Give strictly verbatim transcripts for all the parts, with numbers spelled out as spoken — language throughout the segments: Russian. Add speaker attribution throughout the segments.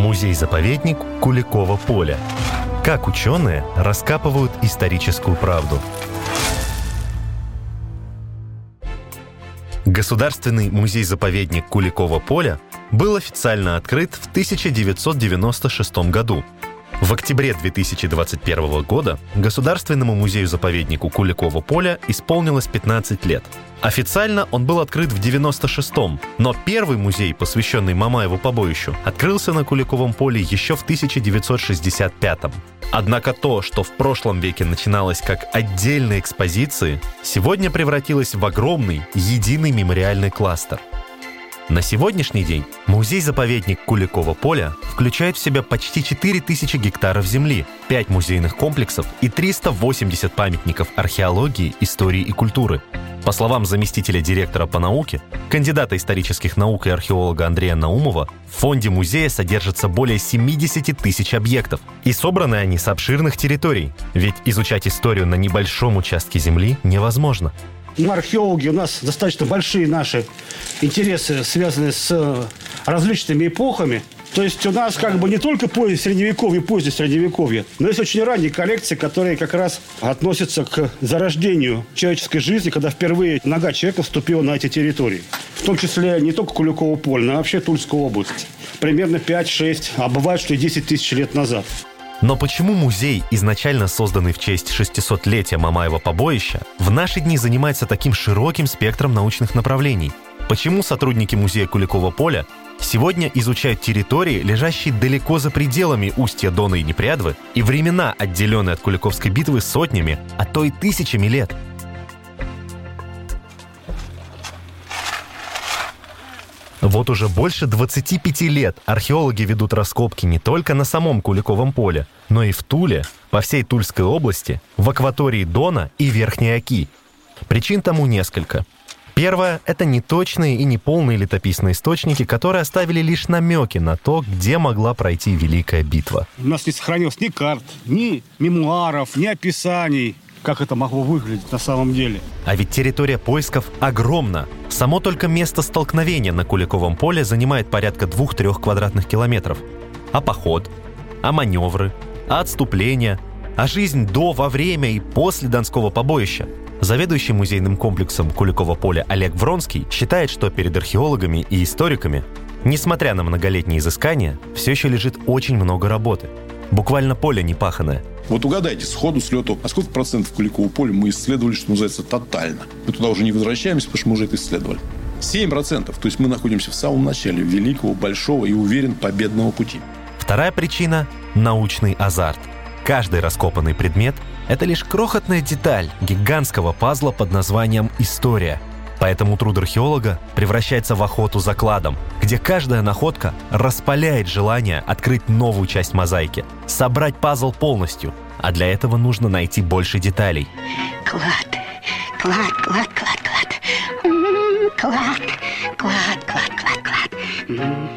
Speaker 1: Музей-заповедник Куликово поле. Как ученые раскапывают историческую правду. Государственный музей-заповедник Куликово поле был официально открыт в тысяча девятьсот девяносто шестом году. В октябре две тысячи двадцать первого года Государственному музею-заповеднику Куликово поле исполнилось пятнадцать лет. Официально он был открыт в девяносто шестом, но первый музей, посвященный Мамаеву побоищу, открылся на Куликовом поле еще в тысяча девятьсот шестьдесят пятом. Однако то, что в прошлом веке начиналось как отдельные экспозиции, сегодня превратилось в огромный, единый мемориальный кластер. На сегодняшний день музей-заповедник Куликово поле включает в себя почти четыре тысячи гектаров земли, пять музейных комплексов и триста восемьдесят памятников археологии, истории и культуры. По словам заместителя директора по науке, кандидата исторических наук и археолога Андрея Наумова, в фонде музея содержится более семьдесят тысяч объектов, и собраны они с обширных территорий, ведь изучать историю на небольшом участке земли невозможно.
Speaker 2: Мы археологи, у нас достаточно большие наши интересы, связанные с различными эпохами. То есть у нас как бы не только позднее средневековье, позднее средневековье, но есть очень ранние коллекции, которые как раз относятся к зарождению человеческой жизни, когда впервые нога человека вступила на эти территории. В том числе не только Куликово поле, но и вообще Тульская область. Примерно пять-шесть, а бывает, что и десять тысяч лет назад.
Speaker 1: Но почему музей, изначально созданный в честь шестисотлетия Мамаева побоища, в наши дни занимается таким широким спектром научных направлений? Почему сотрудники музея Куликово поля сегодня изучают территории, лежащие далеко за пределами устья Дона и Непрядвы, и времена, отделенные от Куликовской битвы сотнями, а то и тысячами лет? Вот уже больше двадцати пяти лет археологи ведут раскопки не только на самом Куликовом поле, но и в Туле, по всей Тульской области, в акватории Дона и Верхней Оки. Причин тому несколько. Первое – это неточные и неполные летописные источники, которые оставили лишь намеки на то, где могла пройти Великая битва.
Speaker 2: У нас не сохранилось ни карт, ни мемуаров, ни описаний, как это могло выглядеть на самом деле.
Speaker 1: А ведь территория поисков огромна. Само только место столкновения на Куликовом поле занимает порядка двух-трех квадратных километров. А поход? А маневры? А отступление? А жизнь до, во время и после Донского побоища? Заведующий музейным комплексом Куликово поле Олег Вронский считает, что перед археологами и историками, несмотря на многолетние изыскания, все еще лежит очень много работы. Буквально поле непаханное.
Speaker 3: Вот угадайте, сходу, с лету, а сколько процентов Куликового поля мы исследовали, что называется, тотально? Мы туда уже не возвращаемся, потому что мы уже это исследовали. семь процентов. То есть мы находимся в самом начале великого, большого и, уверен, победного пути.
Speaker 1: Вторая причина – научный азарт. Каждый раскопанный предмет – это лишь крохотная деталь гигантского пазла под названием «История». Поэтому труд археолога превращается в охоту за кладом, где каждая находка распаляет желание открыть новую часть мозаики, собрать пазл полностью, а для этого нужно найти больше деталей.
Speaker 4: Клад, клад, клад, клад, клад, м-м, клад, клад, клад, клад, клад. М-м.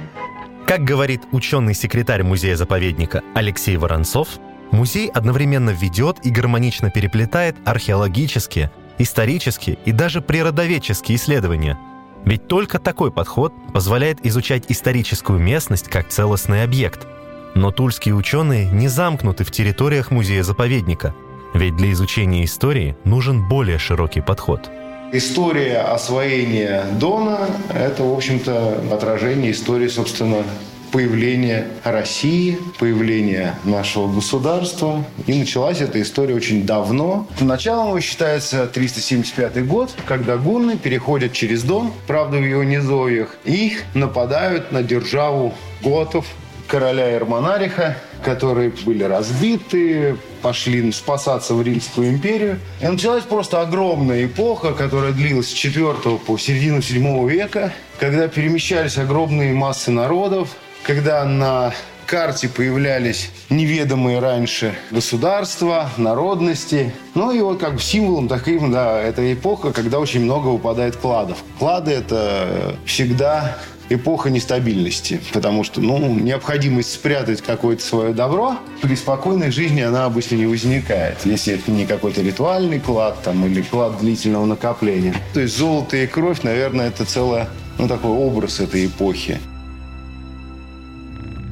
Speaker 1: Как говорит ученый-секретарь музея-заповедника Алексей Воронцов, музей одновременно ведет и гармонично переплетает археологические, исторические и даже природоведческие исследования. Ведь только такой подход позволяет изучать историческую местность как целостный объект. Но тульские ученые не замкнуты в территориях музея-заповедника, ведь для изучения истории нужен более широкий подход.
Speaker 5: История освоения Дона – это, в общем-то, отражение истории, собственно, появления России, появления нашего государства. И началась эта история очень давно. Началом его считается триста семьдесят пятый год, когда гунны переходят через Дон, правда, в его низовьях, и нападают на державу готов, короля Эрмонариха, которые были разбиты, пошли спасаться в Римскую империю. И началась просто огромная эпоха, которая длилась с четвёртого по середину седьмого века, когда перемещались огромные массы народов, когда на карте появлялись неведомые раньше государства, народности. Ну и вот как бы символом таким, да, это эпоха, когда очень много выпадает кладов. Клады – это всегда эпоха нестабильности, потому что, ну, необходимость спрятать какое-то свое добро при спокойной жизни она обычно не возникает, если это не какой-то ритуальный клад там, или клад длительного накопления. То есть золото и кровь, наверное, это целый, ну, такой образ этой эпохи.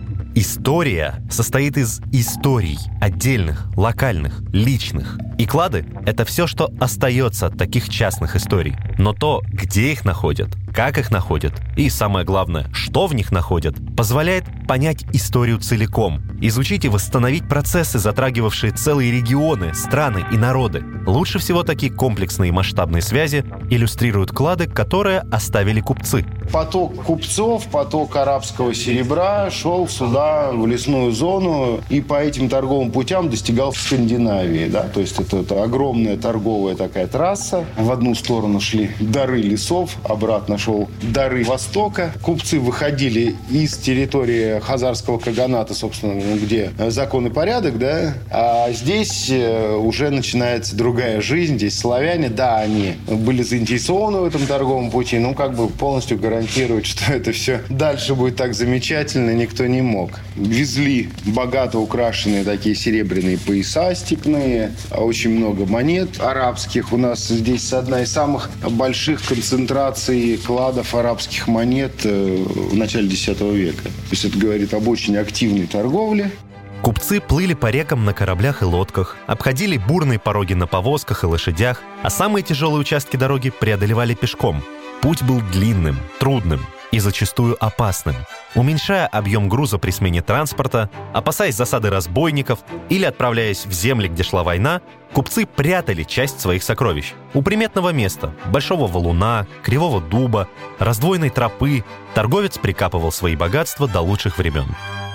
Speaker 1: История состоит из историй, отдельных, локальных, личных. И клады — это все, что остается от таких частных историй. Но то, где их находят, как их находят и, самое главное, что в них находят, позволяет понять историю целиком, изучить и восстановить процессы, затрагивавшие целые регионы, страны и народы. Лучше всего такие комплексные и масштабные связи иллюстрируют клады, которые оставили купцы.
Speaker 5: Поток купцов, поток арабского серебра шел сюда, в лесную зону, и по этим торговым путям достигал Скандинавии. Да? То есть это, это огромная торговая такая трасса. В одну сторону шли дары лесов, обратно шел дары Востока. Купцы выходили из территории Хазарского каганата, собственно, где закон и порядок, да? А здесь уже начинается другая жизнь. Здесь славяне, да, они были заинтересованы в этом торговом пути, но как бы полностью гарантировать, что это все дальше будет так замечательно, никто не мог. Везли богато украшенные такие серебряные пояса степные, очень много монет арабских. У нас здесь одна из самых больших концентраций кладов арабских монет в начале десятого века. То есть это говорит об очень активной торговле.
Speaker 1: Купцы плыли по рекам на кораблях и лодках, обходили бурные пороги на повозках и лошадях, а самые тяжелые участки дороги преодолевали пешком. Путь был длинным, трудным и зачастую опасным. Уменьшая объем груза при смене транспорта, опасаясь засады разбойников или отправляясь в земли, где шла война, купцы прятали часть своих сокровищ. У приметного места, большого валуна, кривого дуба, раздвоенной тропы торговец прикапывал свои богатства до лучших времен.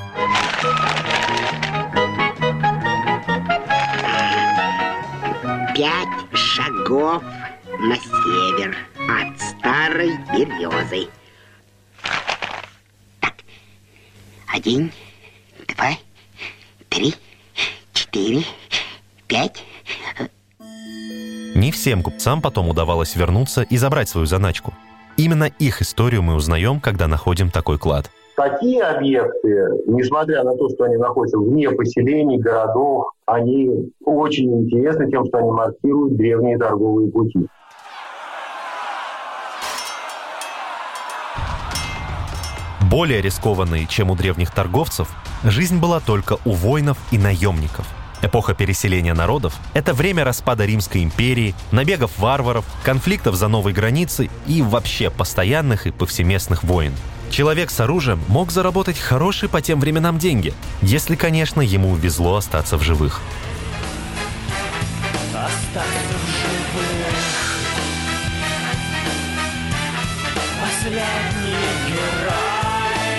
Speaker 4: Пять шагов на север от старой березы. Так, один, два, три, четыре, пять.
Speaker 1: Не всем купцам потом удавалось вернуться и забрать свою заначку. Именно их историю мы узнаем, когда находим такой клад.
Speaker 6: Такие объекты, несмотря на то, что они находятся вне поселений, городов, они очень интересны тем, что они маркируют древние торговые пути.
Speaker 1: Более рискованной, чем у древних торговцев, жизнь была только у воинов и наемников. Эпоха переселения народов — это время распада Римской империи, набегов варваров, конфликтов за новой границей и вообще постоянных и повсеместных войн. Человек с оружием мог заработать хорошие по тем временам деньги, если, конечно, ему везло остаться в живых.
Speaker 7: Остаться в живых. Последний герой.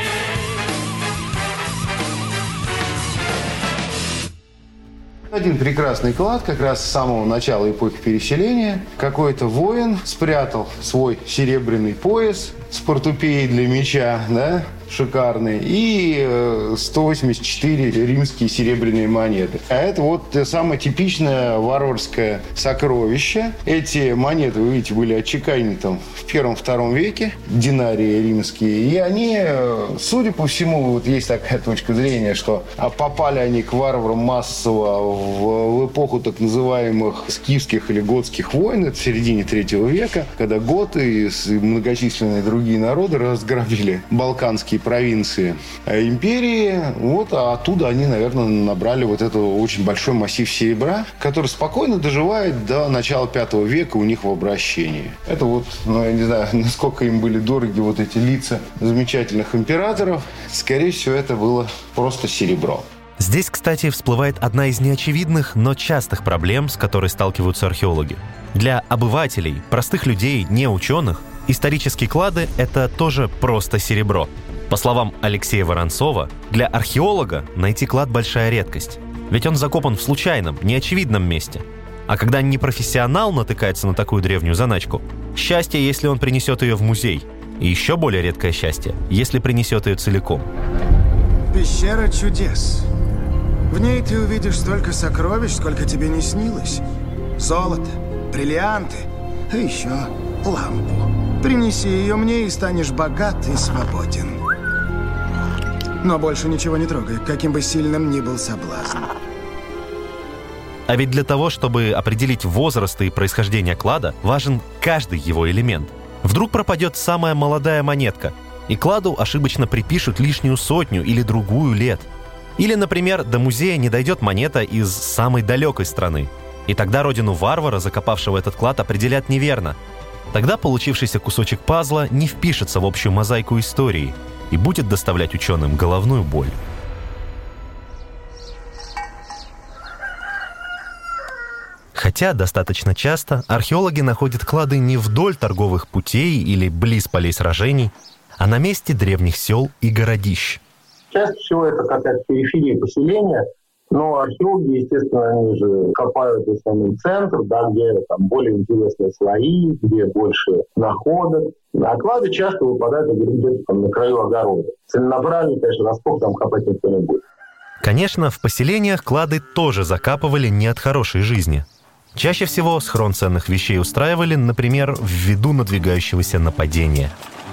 Speaker 5: Один прекрасный клад, как раз с самого начала эпохи переселения. Какой-то воин спрятал свой серебряный пояс с портупеей для меча, да, шикарный, и сто восемьдесят четыре римские серебряные монеты. А это вот самое типичное варварское сокровище. Эти монеты, вы видите, были отчеканены там в первом-втором веке, динарии римские, и они, судя по всему, вот есть такая точка зрения, что попали они к варварам массово в, в эпоху так называемых скифских или готских войн, это в середине третьего века, когда готы и многочисленные другие народы разграбили балканские провинции империи. Вот, а оттуда они, наверное, набрали вот этот очень большой массив серебра, который спокойно доживает до начала пятого века у них в обращении. Это вот, ну, я не знаю, насколько им были дороги вот эти лица замечательных императоров. Скорее всего, это было просто серебро.
Speaker 1: Здесь, кстати, всплывает одна из неочевидных, но частых проблем, с которой сталкиваются археологи. Для обывателей, простых людей, не ученых, исторические клады — это тоже просто серебро. По словам Алексея Воронцова, для археолога найти клад — большая редкость. Ведь он закопан в случайном, неочевидном месте. А когда непрофессионал натыкается на такую древнюю заначку, счастье, если он принесет ее в музей. И еще более редкое счастье, если принесет ее целиком.
Speaker 8: Пещера чудес. В ней ты увидишь столько сокровищ, сколько тебе не снилось. Золото, бриллианты, а еще лампу. Принеси ее мне, и станешь богат и свободен. Но больше ничего не трогай, каким бы сильным ни был соблазн.
Speaker 1: А ведь для того, чтобы определить возраст и происхождение клада, важен каждый его элемент. Вдруг пропадет самая молодая монетка, и кладу ошибочно припишут лишнюю сотню или другую лет. Или, например, до музея не дойдет монета из самой далекой страны, и тогда родину варвара, закопавшего этот клад, определят неверно. Тогда получившийся кусочек пазла не впишется в общую мозаику истории и будет доставлять ученым головную боль. Хотя достаточно часто археологи находят клады не вдоль торговых путей или близ полей сражений, а на месте древних сел и городищ.
Speaker 6: Чаще всего это какая-то периферия поселения, но археологи, естественно, они же копают в основном центр, да, где там более интересные слои, где больше находок. А клады часто выпадают где-то там на краю огорода. Целенаправленно, конечно, раскоп там копать никто не будет.
Speaker 1: Конечно, в поселениях клады тоже закапывали не от хорошей жизни. Чаще всего схрон ценных вещей устраивали, например, ввиду надвигающегося нападения.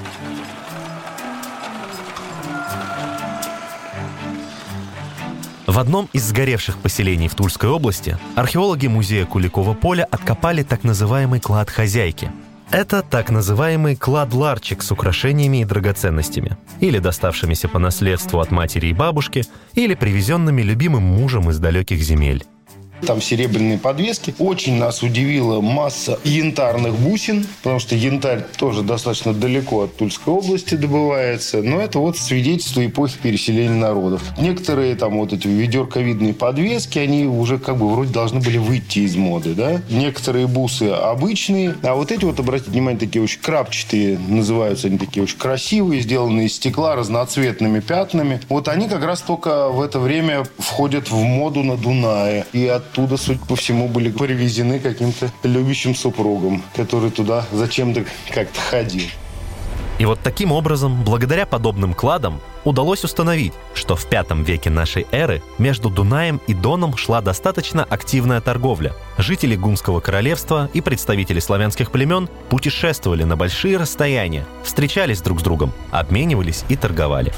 Speaker 1: В одном из сгоревших поселений в Тульской области археологи музея Куликова поля откопали так называемый клад хозяйки. Это так называемый клад-ларчик с украшениями и драгоценностями, или доставшимися по наследству от матери и бабушки, или привезенными любимым мужем из далеких земель.
Speaker 5: Там серебряные подвески. Очень нас удивила масса янтарных бусин, потому что янтарь тоже достаточно далеко от Тульской области добывается. Но это вот свидетельство эпохи переселения народов. Некоторые там вот эти ведерковидные подвески, они уже как бы вроде должны были выйти из моды, да? Некоторые бусы обычные, а вот эти вот, обратите внимание, такие очень крапчатые, называются они такие очень красивые, сделанные из стекла разноцветными пятнами. Вот они как раз только в это время входят в моду на Дунае. И от Оттуда, судя по всему, были привезены каким-то любящим супругом, который туда зачем-то как-то ходил.
Speaker 1: И вот таким образом, благодаря подобным кладам, удалось установить, что в пятом веке нашей эры между Дунаем и Доном шла достаточно активная торговля. Жители Гунского королевства и представители славянских племен путешествовали на большие расстояния, встречались друг с другом, обменивались и торговали.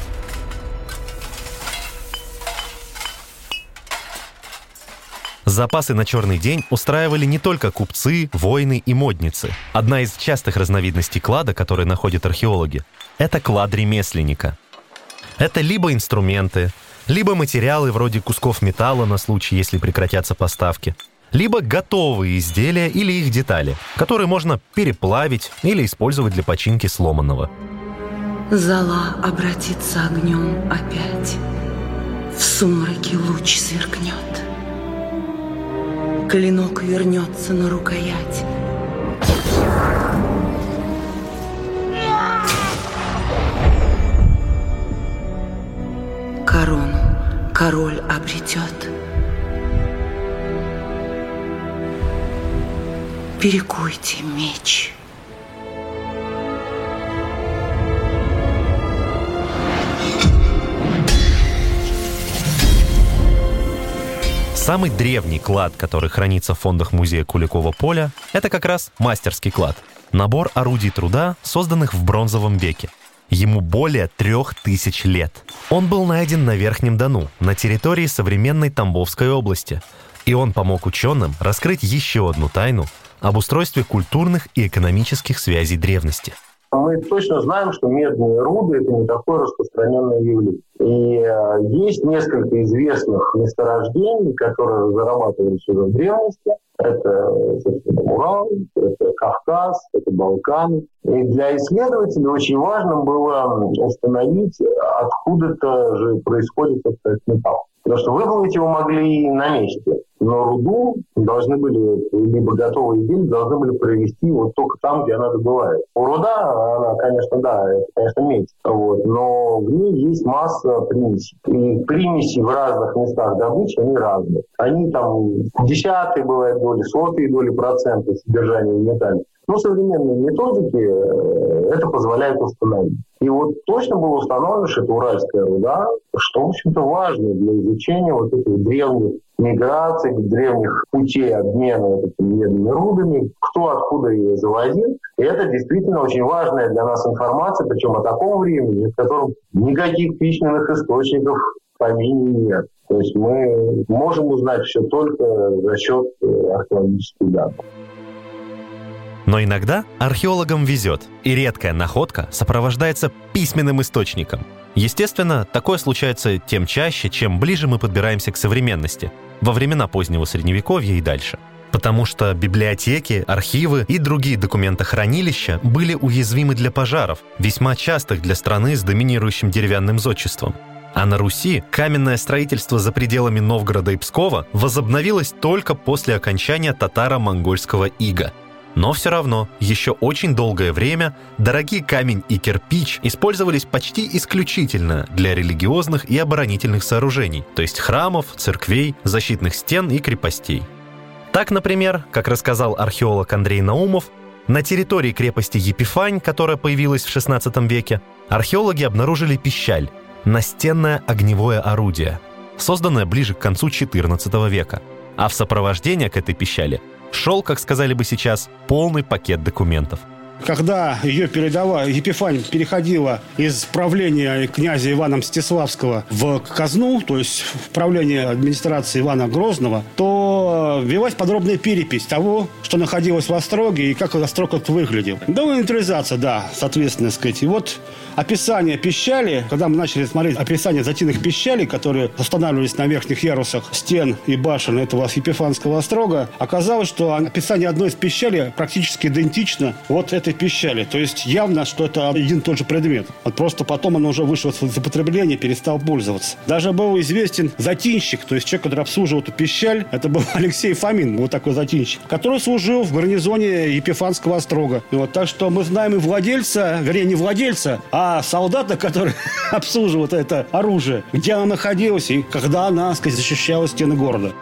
Speaker 1: Запасы на черный день устраивали не только купцы, воины и модницы. Одна из частых разновидностей клада, которые находят археологи, это клад ремесленника. Это либо инструменты, либо материалы вроде кусков металла на случай, если прекратятся поставки, либо готовые изделия или их детали, которые можно переплавить или использовать для починки сломанного.
Speaker 9: Зола обратится огнем опять, в сумраке луч сверкнет. Клинок вернется на рукоять. Корону король обретет. Перекуйте меч.
Speaker 1: Самый древний клад, который хранится в фондах музея Куликова поля, это как раз мастерский клад. Набор орудий труда, созданных в бронзовом веке. Ему более трех тысяч лет. Он был найден на Верхнем Дону, на территории современной Тамбовской области. И он помог ученым раскрыть еще одну тайну об устройстве культурных и экономических связей древности.
Speaker 6: Мы точно знаем, что медные руды – это не такое распространенное явление. И э, есть несколько известных месторождений, которые зарабатывались уже в древности. Это, собственно, Урал, это Кавказ, это Балкан. И для исследователей очень важно было установить, откуда-то же происходит этот металл. Потому что выплавить его могли на месте. Но руду должны были, либо готовые изделия должны были провести вот только там, где она добывается. Руда, она, конечно, да, это, конечно, медь. Вот, но в ней есть масса примесей. И примеси в разных местах добычи, они разные. Они там десятые, бывают, доли, сотые доли процента содержания в металле. Но современные методики это позволяют установить. И вот точно было установлено, что это уральская руда, что, в общем-то, важно для изучения вот этих древних миграций, древних путей обмена вот этими медными рудами, кто откуда ее завозил. И это действительно очень важная для нас информация, причем о таком времени, в котором никаких письменных источников в помине нет. То есть мы можем узнать все только за счет археологических данных.
Speaker 1: Но иногда археологам везет, и редкая находка сопровождается письменным источником. Естественно, такое случается тем чаще, чем ближе мы подбираемся к современности, во времена позднего Средневековья и дальше. Потому что библиотеки, архивы и другие документохранилища были уязвимы для пожаров, весьма частых для страны с доминирующим деревянным зодчеством. А на Руси каменное строительство за пределами Новгорода и Пскова возобновилось только после окончания татаро-монгольского ига. Но все равно, еще очень долгое время дорогие камень и кирпич использовались почти исключительно для религиозных и оборонительных сооружений, то есть храмов, церквей, защитных стен и крепостей. Так, например, как рассказал археолог Андрей Наумов, на территории крепости Епифань, которая появилась в шестнадцатом веке, археологи обнаружили пищаль – настенное огневое орудие, созданное ближе к концу четырнадцатого века. А в сопровождение к этой пищали шел, как сказали бы сейчас, полный пакет документов.
Speaker 2: Когда ее передовая Епифань переходила из правления князя Ивана Мстиславского в казну, то есть в правление администрации Ивана Грозного, то велась подробная перепись того, что находилось в остроге и как острог этот выглядел. Да, инвентаризация, да, соответственно, сказать. И вот описание пищали, когда мы начали смотреть описание затейных пищалей, которые устанавливались на верхних ярусах стен и башен этого Епифанского острога, оказалось, что описание одной из пищалей практически идентично вот этой пищали. То есть явно, что это один и тот же предмет. Вот просто потом он уже вышел из употребления, перестал пользоваться. Даже был известен затинщик, то есть человек, который обслуживал эту пищаль, это был Алексей Фомин, вот такой затинщик, который служил в гарнизоне Епифанского острога. И вот, так что мы знаем и владельца, вернее, не владельца, а солдата, который обслуживал это оружие, где она находилась и когда она, так сказать, защищала стены города.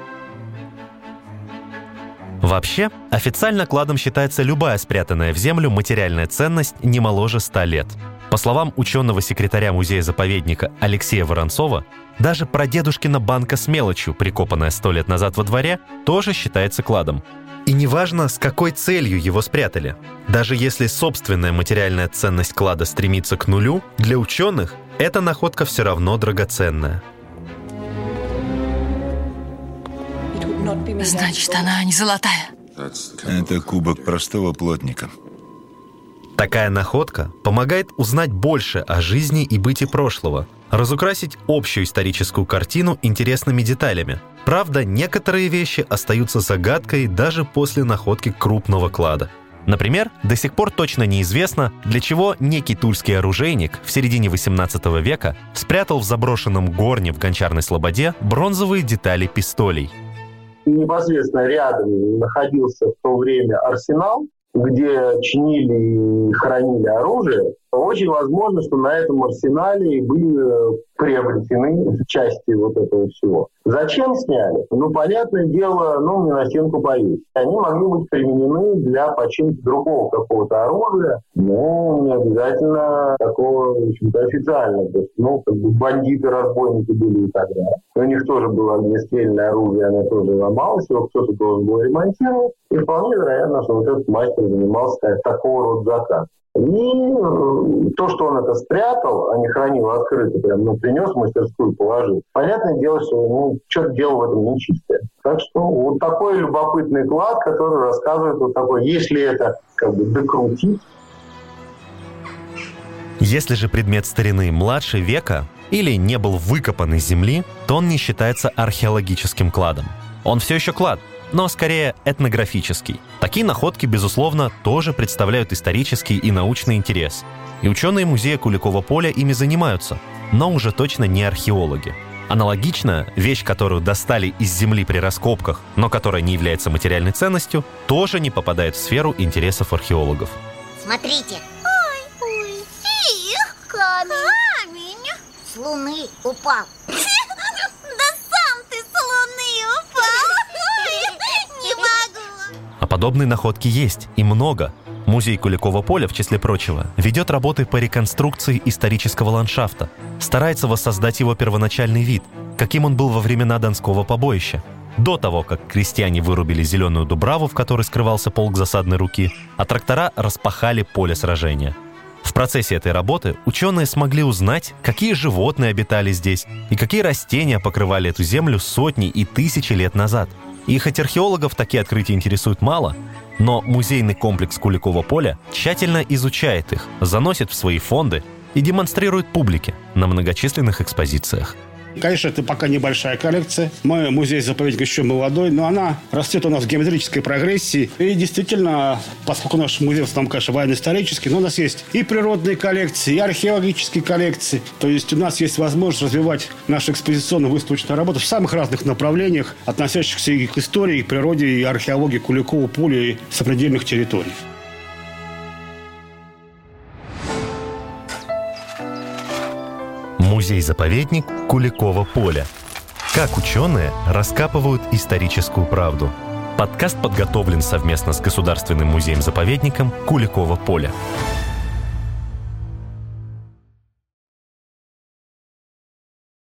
Speaker 1: Вообще, официально кладом считается любая спрятанная в землю материальная ценность не моложе ста лет. По словам ученого-секретаря музея-заповедника Алексея Воронцова, даже прадедушкина банка с мелочью, прикопанная сто лет назад во дворе, тоже считается кладом. И неважно, с какой целью его спрятали. Даже если собственная материальная ценность клада стремится к нулю, для ученых эта находка все равно драгоценная.
Speaker 10: Значит, она не золотая.
Speaker 11: Это кубок простого плотника.
Speaker 1: Такая находка помогает узнать больше о жизни и быте прошлого, разукрасить общую историческую картину интересными деталями. Правда, некоторые вещи остаются загадкой даже после находки крупного клада. Например, до сих пор точно неизвестно, для чего некий тульский оружейник в середине восемнадцатого века спрятал в заброшенном горне в Гончарной Слободе бронзовые детали пистолей.
Speaker 6: Непосредственно рядом находился в то время арсенал, где чинили и хранили оружие. Очень возможно, что на этом арсенале были приобретены части вот этого всего. Зачем сняли? Ну, понятное дело, ну, не на стенку повесить. Они могли быть применены для починки другого какого-то оружия, но не обязательно такого, в общем-то, официального. То есть, ну, как бы бандиты, разбойники были и так далее. У них тоже было огнестрельное оружие, оно тоже ломалось, его кто-то должен был ремонтировать. И вполне вероятно, что вот этот мастер занимался такого рода заказом. И то, что он это спрятал, а не хранил открыто, прям, ну, принес в мастерскую, положил. Понятное дело, что ну, что-то дело в этом нечистое. Так что вот такой любопытный клад, который рассказывает вот такой, если это как бы докрутить.
Speaker 1: Если же предмет старины младше века или не был выкопан из земли, то он не считается археологическим кладом. Он все еще клад, но скорее этнографический. Такие находки, безусловно, тоже представляют исторический и научный интерес. И ученые музея Куликова поля ими занимаются, но уже точно не археологи. Аналогично, вещь, которую достали из земли при раскопках, но которая не является материальной ценностью, тоже не попадает в сферу интересов археологов.
Speaker 12: Смотрите. Ой, ой, их камень. Камень. С луны упал.
Speaker 1: Подобные находки есть, и много. Музей Куликова поля, в числе прочего, ведет работы по реконструкции исторического ландшафта, старается воссоздать его первоначальный вид, каким он был во времена Донского побоища, до того, как крестьяне вырубили зеленую дубраву, в которой скрывался полк засадной руки, а трактора распахали поле сражения. В процессе этой работы ученые смогли узнать, какие животные обитали здесь и какие растения покрывали эту землю сотни и тысячи лет назад. И хоть археологов такие открытия интересуют мало, Но музейный комплекс Куликово поле тщательно изучает их, заносит в свои фонды и демонстрирует публике на многочисленных экспозициях.
Speaker 2: Конечно, это пока небольшая коллекция. Мой музей-заповедник еще молодой, но она растет у нас в геометрической прогрессии. И действительно, поскольку наш музей в основном, конечно, военно-исторический, но у нас есть и природные коллекции, и археологические коллекции. То есть у нас есть возможность развивать нашу экспозиционно-выставочную работу в самых разных направлениях, относящихся и к истории, и к природе, и археологии Куликового поля и сопредельных территорий.
Speaker 1: Музей-заповедник Куликово поле. Как ученые раскапывают историческую правду. Подкаст подготовлен совместно с Государственным музеем-заповедником Куликово поле.